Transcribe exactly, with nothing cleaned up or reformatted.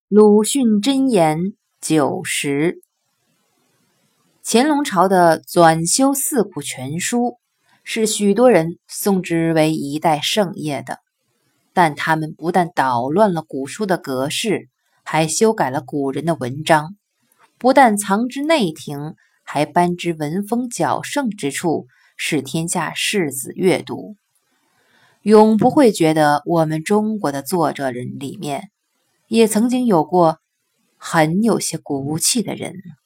鲁迅箴言九十。乾隆朝的纂修四库全书是许多人颂之为一代圣业的，但他们不但捣乱了古书的格式，还修改了古人的文章，不但藏之内廷，还颁之文风较盛之处，使天下士子阅读。永不会觉得我们中国的作者人里面也曾经有过很有些骨气的人。